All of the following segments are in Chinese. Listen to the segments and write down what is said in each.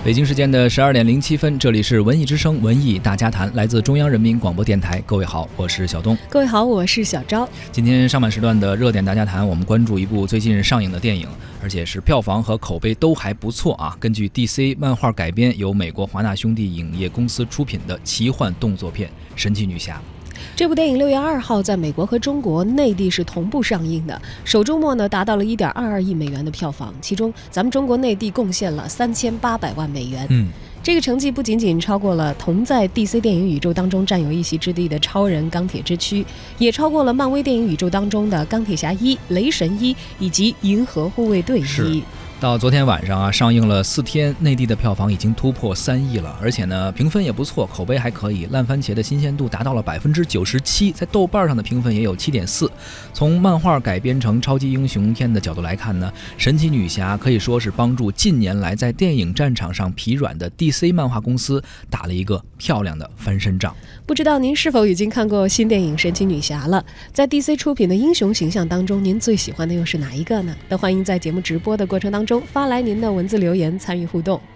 北京时间的12:07，这里是文艺之声文艺大家谈，来自中央人民广播电台。各位好，我是小东。 各位好，我是小昭。 今天上半时段的热点大家谈，我们关注一部最近上映的电影，而且是票房和口碑都还不错啊。根据 DC 漫画改编，由美国华纳兄弟影业公司出品的奇幻动作片《神奇女侠》。 这部电影6月2号在美国和中国内地是同步上映的，首周末呢达到了1.22亿美元的票房，其中咱们中国内地贡献了3800万美元。这个成绩不仅仅超过了同在 DC 电影宇宙当中占有一席之地的超人钢铁之躯，也超过了漫威电影宇宙当中的钢铁侠1、雷神1以及银河护卫队1。 到昨天晚上上映了4天，内地的票房已经突破3亿了，而且呢评分也不错，口碑还可以，烂番茄的新鲜度达到了97%，在豆瓣上的评分也有7.4。从漫画改编成超级英雄片的角度来看呢，神奇女侠可以说是帮助近年来在电影战场上疲软的 DC 漫画公司打了一个漂亮的翻身仗。 不知道您是否已经看过新电影神奇女侠了？在 DC 出品的英雄形象当中，您最喜欢的又是哪一个呢？都欢迎在节目直播的过程当中发来您的文字留言参与互动。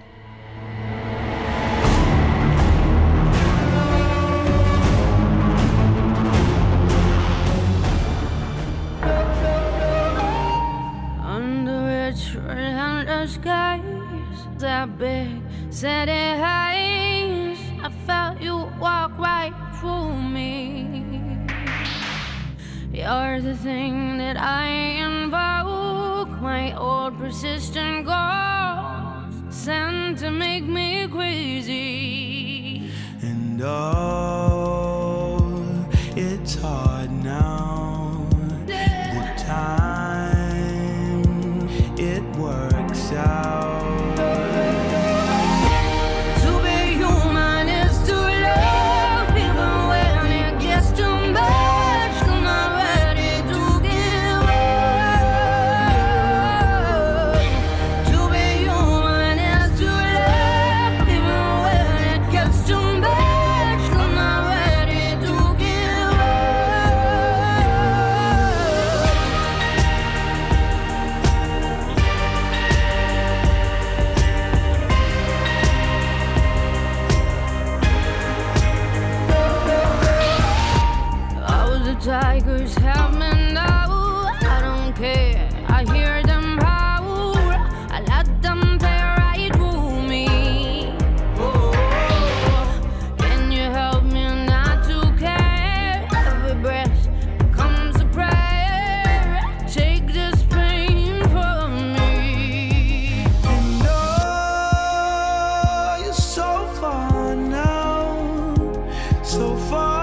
I felt you walk right through me. You're the thing that I invoke, my old persistent ghost, sent to make me crazy. And oh, it's hard now. The time it works out. Tigers have me now, I don't care, I hear them howl, I let them play right through me. Can you help me not to care? Every breath becomes a prayer, take this pain from me. And oh, you're so far now, so far.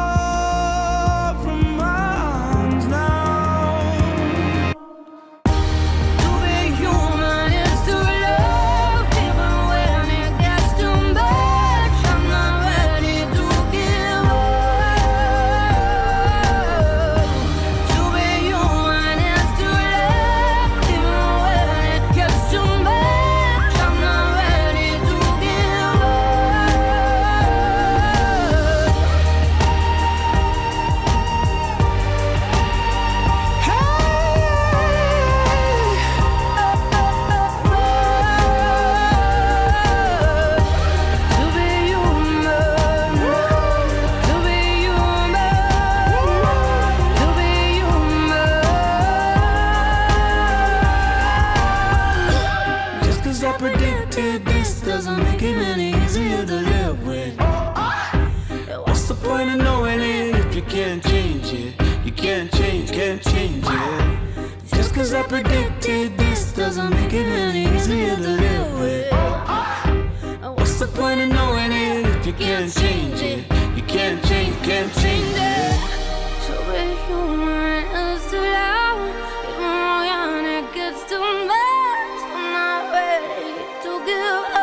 This doesn't make it any easier to live with. What's the point of knowing it if you can't change it? You can't change it. Just cause I predicted this doesn't make it any easier to live with. What's the point of knowing it if you can't change it? You can't change it. To be human is too loud, even when it gets too much, I'm not ready to give up.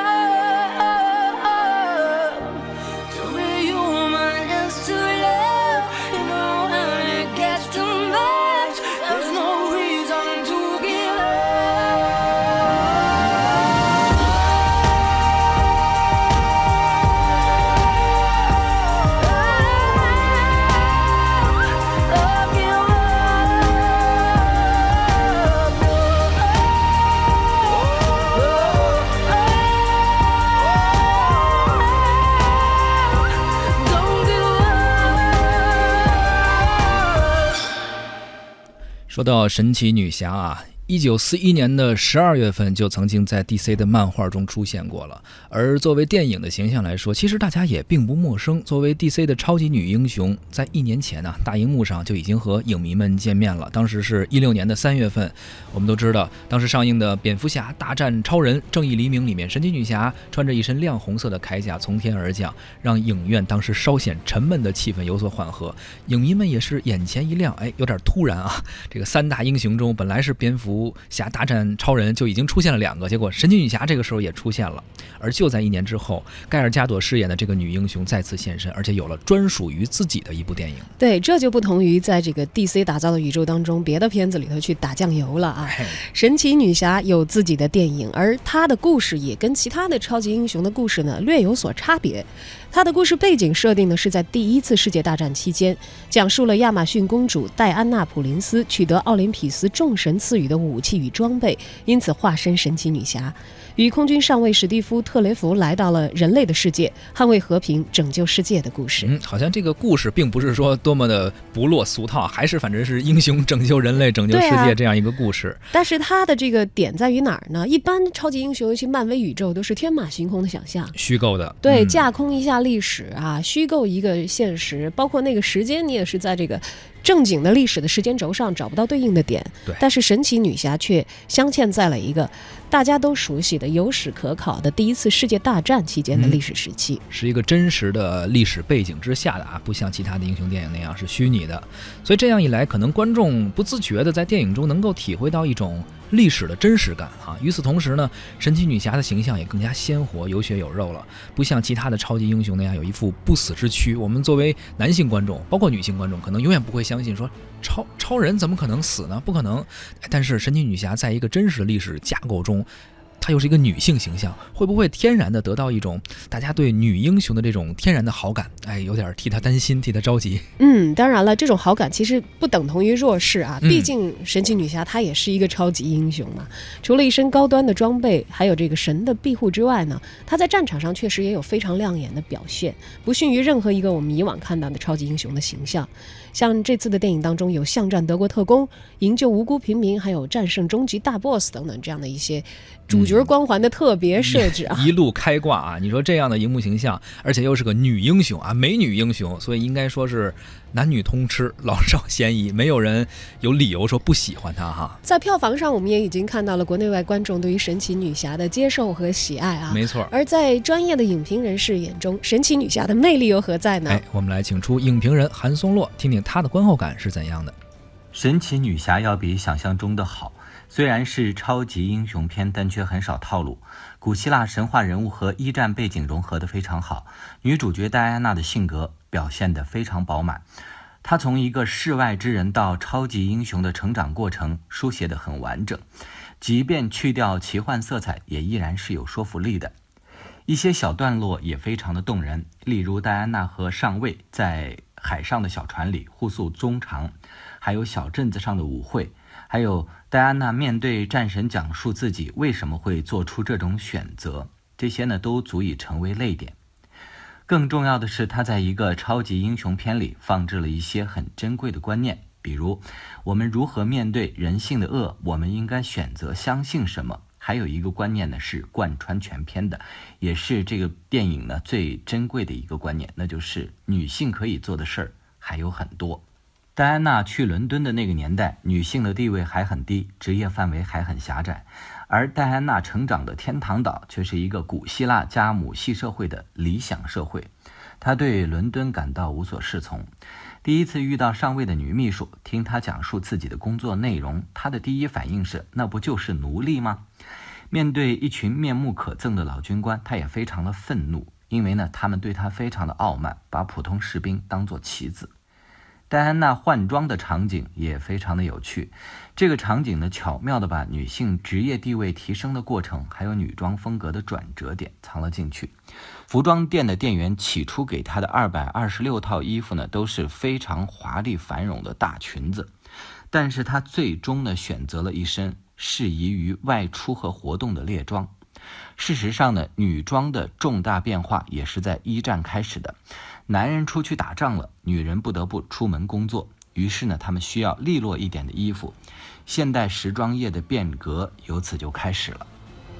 To be human is to love, even when it gets too much, there's no reason to give up. Oh, 说到神奇女侠啊，1941年的12月份就曾经在 DC 的漫画中出现过了。而作为电影的形象来说，其实大家也并不陌生。作为 DC 的超级女英雄，在1年前大荧幕上就已经和影迷们见面了。当时是16年的3月份，我们都知道，当时上映的蝙蝠侠大战超人正义黎明里面，神奇女侠穿着一身亮红色的铠甲从天而降，让影院当时稍显沉闷的气氛有所缓和。影迷们也是眼前一亮，有点突然啊！这个3大英雄中，本来是蝙蝠侠大战超人就已经出现了2个，结果神奇女侠这个时候也出现了。而就在1年之后，盖尔加朵饰演的这个女英雄再次现身，而且有了专属于自己的一部电影。 对，这就不同于在这个 DC 打造的宇宙当中别的片子里头去打酱油了啊。神奇女侠有自己的电影，而她的故事也跟其他的超级英雄的故事呢略有所差别。她的故事背景设定呢是在第1次世界大战期间，讲述了亚马逊公主戴安娜·普林斯取得奥林匹斯众神赐予的武器与装备，因此化身神奇女侠，与空军上尉史蒂夫·特雷弗来到了人类的世界，捍卫和平，拯救世界的故事。 好像这个故事并不是说多么的不落俗套，还是反正是英雄拯救人类、拯救世界这样一个故事。 但是它的这个点在于哪儿呢？一般超级英雄，尤其漫威宇宙，都是天马行空的想象， 虚构的。 对，架空一下历史啊，虚构一个现实，包括那个时间，你也是在这个正经的历史的时间轴上找不到对应的点。但是神奇女侠却镶嵌在了一个大家都熟悉的、有史可考的第1次世界大战期间的历史时期， 是一个真实的历史背景之下的啊，不像其他的英雄电影那样是虚拟的。所以这样一来，可能观众不自觉的在电影中能够体会到一种历史的真实感啊。与此同时呢，神奇女侠的形象也更加鲜活、有血有肉了，不像其他的超级英雄那样有一副不死之躯。我们作为男性观众，包括女性观众，可能永远不会相信说超人怎么可能死呢？不可能。但是神奇女侠在一个真实的历史架构中，她又是一个女性形象，会不会天然的得到一种大家对女英雄的这种天然的好感？有点替她担心，替她着急。 当然了，这种好感其实不等同于弱势啊，毕竟神奇女侠她也是一个超级英雄嘛。除了一身高端的装备，还有这个神的庇护之外呢，她在战场上确实也有非常亮眼的表现，不逊于任何一个我们以往看到的超级英雄的形象。像这次的电影当中有巷战德国特工、营救无辜平民，还有战胜终极大 boss 等等这样的一些主角光环的特别设置啊， 一路开挂啊！你说这样的荧幕形象，而且又是个女英雄啊，美女英雄，所以应该说是男女通吃，老少咸宜，没有人有理由说不喜欢她哈。 在票房上，我们也已经看到了国内外观众对于神奇女侠的接受和喜爱啊， 没错。 而在专业的影评人士眼中，神奇女侠的魅力又何在呢？ 我们来请出影评人韩松洛，听听他的观后感是怎样的。 神奇女侠要比想象中的好，虽然是超级英雄片，但却很少套路。古希腊神话人物和一战背景融合得非常好，女主角戴安娜的性格表现得非常饱满。她从一个世外之人到超级英雄的成长过程书写得很完整，即便去掉奇幻色彩，也依然是有说服力的。一些小段落也非常的动人，例如戴安娜和上尉在海上的小船里互诉衷肠，还有小镇子上的舞会，还有戴安娜面对战神讲述自己为什么会做出这种选择，这些呢都足以成为泪点。更重要的是，她在一个超级英雄片里放置了一些很珍贵的观念，比如我们如何面对人性的恶，我们应该选择相信什么。还有一个观念呢是贯穿全片的，也是这个电影呢最珍贵的一个观念，那就是女性可以做的事儿还有很多。戴安娜去伦敦的那个年代，女性的地位还很低，职业范围还很狭窄，而戴安娜成长的天堂岛却是一个古希腊加母系社会的理想社会。她对伦敦感到无所适从。第一次遇到上尉的女秘书，听她讲述自己的工作内容，她的第一反应是，那不就是奴隶吗？面对一群面目可憎的老军官，她也非常的愤怒，因为呢，他们对她非常的傲慢，把普通士兵当作棋子。戴安娜换装的场景也非常的有趣，这个场景呢，巧妙地把女性职业地位提升的过程，还有女装风格的转折点藏了进去。服装店的店员起初给她的226套衣服呢，都是非常华丽繁荣的大裙子，但是她最终呢，选择了一身适宜于外出和活动的猎装。事实上呢，女装的重大变化也是在一战开始的。男人出去打仗了，女人不得不出门工作。 于是呢，他们需要利落一点的衣服。现代时装业的变革由此就开始了。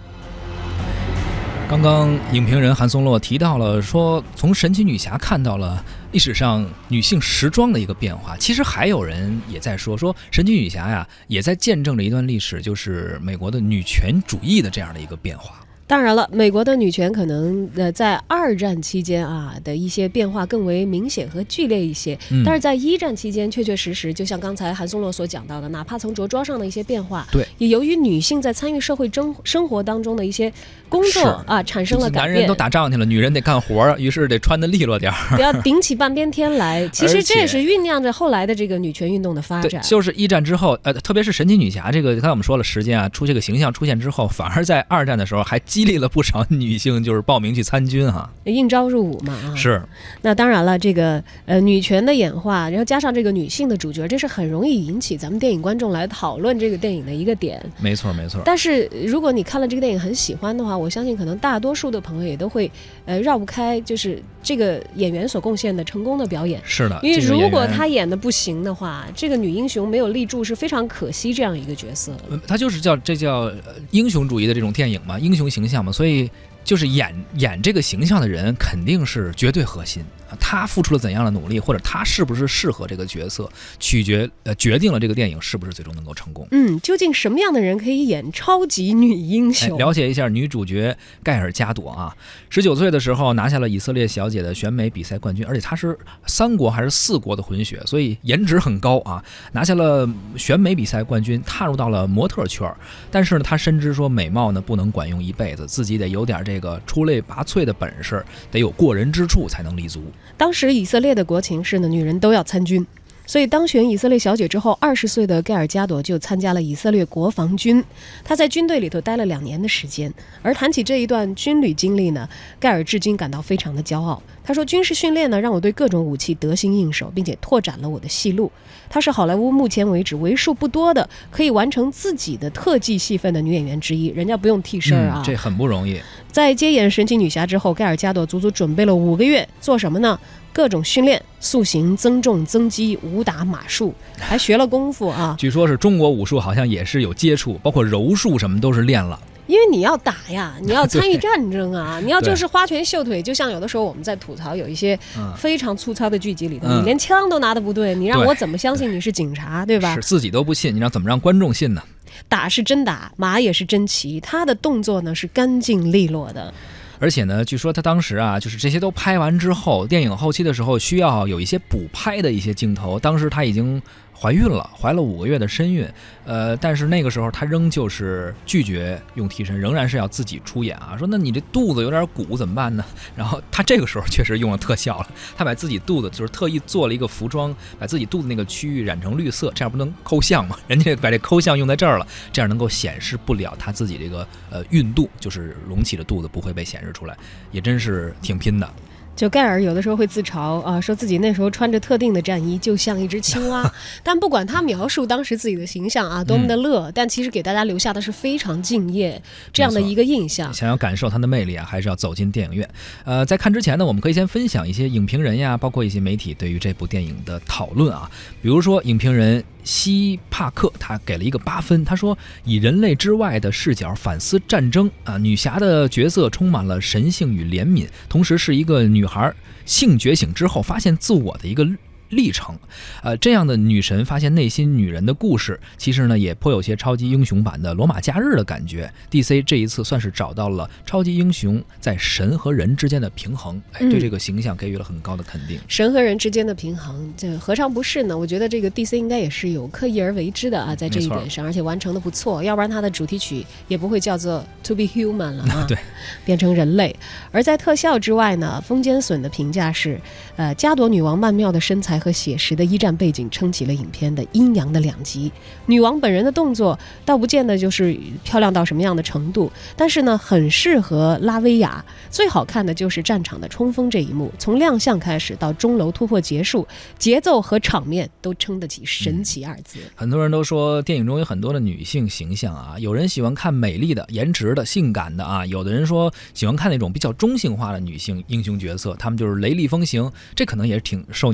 刚刚影评人韩松洛提到了说，从神奇女侠看到了历史上女性时装的一个变化。其实还有人也在说神奇女侠呀，也在见证着一段历史，就是美国的女权主义的这样的一个变化。 当然了，美国的女权可能在2战期间的一些变化更为明显和剧烈一些，但是在1战期间确确实实，就像刚才韩松洛所讲到的，哪怕从着装上的一些变化， 对， 也由于女性在参与社会生活当中的一些工作产生了改变。 男人都打仗去了，女人得干活，于是得穿得利落点儿， 要顶起半边天来。其实这也是酝酿着后来的这个女权运动的发展。 对，就是1战之后，特别是神奇女侠这个，刚才我们说了时间出这个形象出现之后，反而在2战的时候还激励了不少女性就是报名去参军应召入伍嘛是。 那当然了，这个女权的演化，然后加上这个女性的主角，这是很容易引起咱们电影观众来讨论这个电影的一个点。 没错没错。 但是如果你看了这个电影很喜欢的话，我相信可能大多数的朋友也都会绕不开就是这个演员所贡献的成功的表演。 是的， 因为如果她演的不行的话，这个女英雄没有立住是非常可惜这样一个角色。 她就是叫英雄主义的这种电影嘛，英雄形象嘛，所以就是演这个形象的人肯定是绝对核心，他付出了怎样的努力，或者他是不是适合这个角色，决定了这个电影是不是最终能够成功。 究竟什么样的人可以演超级女英雄？ 了解一下女主角盖尔加朵19岁的时候拿下了以色列小姐的选美比赛冠军，而且她是3国还是4国的混血，所以颜值很高拿下了选美比赛冠军，踏入到了模特圈。但是呢，她深知说美貌呢不能管用一辈子，自己得有点这个出类拔萃的本事，得有过人之处才能立足。 当时以色列的国情是呢，女人都要参军，所以当选以色列小姐之后，20岁的盖尔加朵就参加了以色列国防军。她在军队里头待了2年的时间。而谈起这一段军旅经历呢，盖尔至今感到非常的骄傲。他说，军事训练呢让我对各种武器得心应手，并且拓展了我的戏路。她是好莱坞目前为止为数不多的可以完成自己的特技戏份的女演员之一，人家不用替身这很不容易。 在接演神奇女侠之后，盖尔加朵足足准备了5个月，做什么呢？各种训练，塑形、增重、增肌、武打、马术，还学了功夫据说是中国武术好像也是有接触，包括柔术什么都是练了。 因为你要打呀，你要参与战争你要就是花拳绣腿，就像有的时候我们在吐槽有一些非常粗糙的剧集里头，你连枪都拿得不对，你让我怎么相信你是警察，对吧？ 是自己都不信，你怎么让观众信呢？ 打是真打，马也是真骑，他的动作呢是干净利落的。 而且呢，据说他当时就是这些都拍完之后，电影后期的时候需要有一些补拍的一些镜头。当时他已经怀孕了，怀了5个月的身孕，但是那个时候他仍旧是拒绝用替身，仍然是要自己出演说那你这肚子有点鼓怎么办呢？然后他这个时候确实用了特效了，他把自己肚子就是特意做了一个服装，把自己肚子那个区域染成绿色，这样不能抠像吗？人家把这抠像用在这儿了，这样能够显示不了他自己这个孕肚，就是隆起的肚子不会被显示出来，也真是挺拼的。 就盖尔有的时候会自嘲说自己那时候穿着特定的战衣就像一只青蛙但不管他描述当时自己的形象多么的乐，但其实给大家留下的是非常敬业这样的一个印象。 想要感受他的魅力还是要走进电影院。在看之前呢，我们可以先分享一些影评人呀，包括一些媒体对于这部电影的讨论比如说影评人西帕克他给了一个8分，他说以人类之外的视角反思战争女侠的角色充满了神性与怜悯，同时是一个女孩性觉醒之后发现自我的一个历程。这样的女神发现内心女人的故事，其实呢也颇有些超级英雄版的罗马假日的感觉。 DC 这一次算是找到了超级英雄在神和人之间的平衡，对这个形象给予了很高的肯定。 神和人之间的平衡，这何尝不是呢？我觉得这个 DC 应该也是有刻意而为之的在这一点上，而且完成的不错，要不然它的主题曲也不会叫做 To Be Human 了对， 变成人类。而在特效之外呢，风间隼的评价是加朵女王曼妙的身材和写实的一战背景撑起了影片的阴阳的两极。女王本人的动作倒不见得就是漂亮到什么样的程度，但是呢很适合拉维亚。最好看的就是战场的冲锋这一幕，从亮相开始到钟楼突破结束，节奏和场面都撑得起神奇二字。 很多人都说电影中有很多的女性形象有人喜欢看美丽的、颜值的、性感的有的人说喜欢看那种比较中性化的女性英雄角色，她们就是雷厉风行，这可能也是挺受女孩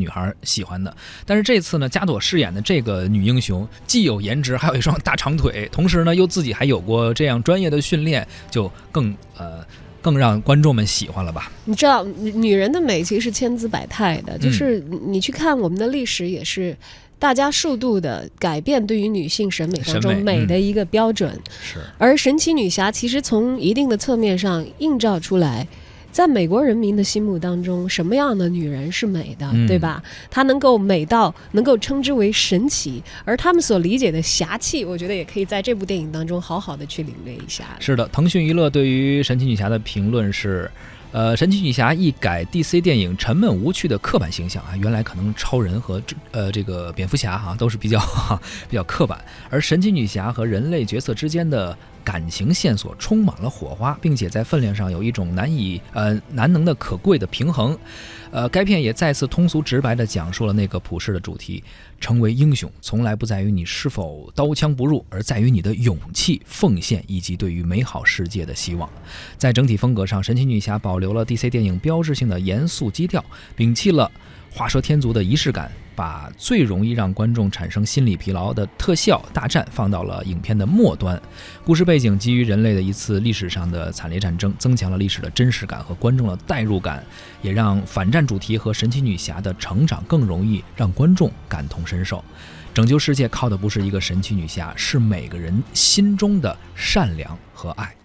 喜欢的。但是这次呢，加朵饰演的这个女英雄既有颜值，还有一双大长腿，同时呢又自己还有过这样专业的训练，就更让观众们喜欢了吧？ 你知道，女人的美其实是千姿百态的，就是你去看我们的历史也是。大家数度的改变对于女性审美当中美的一个标准， 是。而神奇女侠其实从一定的侧面上映照出来，在美国人民的心目当中，什么样的女人是美的，对吧？她能够美到能够称之为神奇，而他们所理解的侠气，我觉得也可以在这部电影当中好好的去领略一下。 是的，腾讯娱乐对于神奇女侠的评论是。神奇女侠一改 DC 电影沉闷无趣的刻板形象啊，原来可能超人和这个蝙蝠侠都是比较刻板，而神奇女侠和人类角色之间的感情线索充满了火花，并且在分量上有一种难能的可贵的平衡。该片也再次通俗直白地讲述了那个普世的主题：成为英雄从来不在于你是否刀枪不入，而在于你的勇气、奉献以及对于美好世界的希望。在整体风格上，神奇女侠保留了 DC 电影标志性的严肃基调，摒弃了画蛇添足的仪式感，把最容易让观众产生心理疲劳的特效大战放到了影片的末端。故事背景基于人类的一次历史上的惨烈战争，增强了历史的真实感和观众的代入感，也让反战主题和神奇女侠的成长更容易让观众感同身受。拯救世界靠的不是一个神奇女侠，是每个人心中的善良和爱。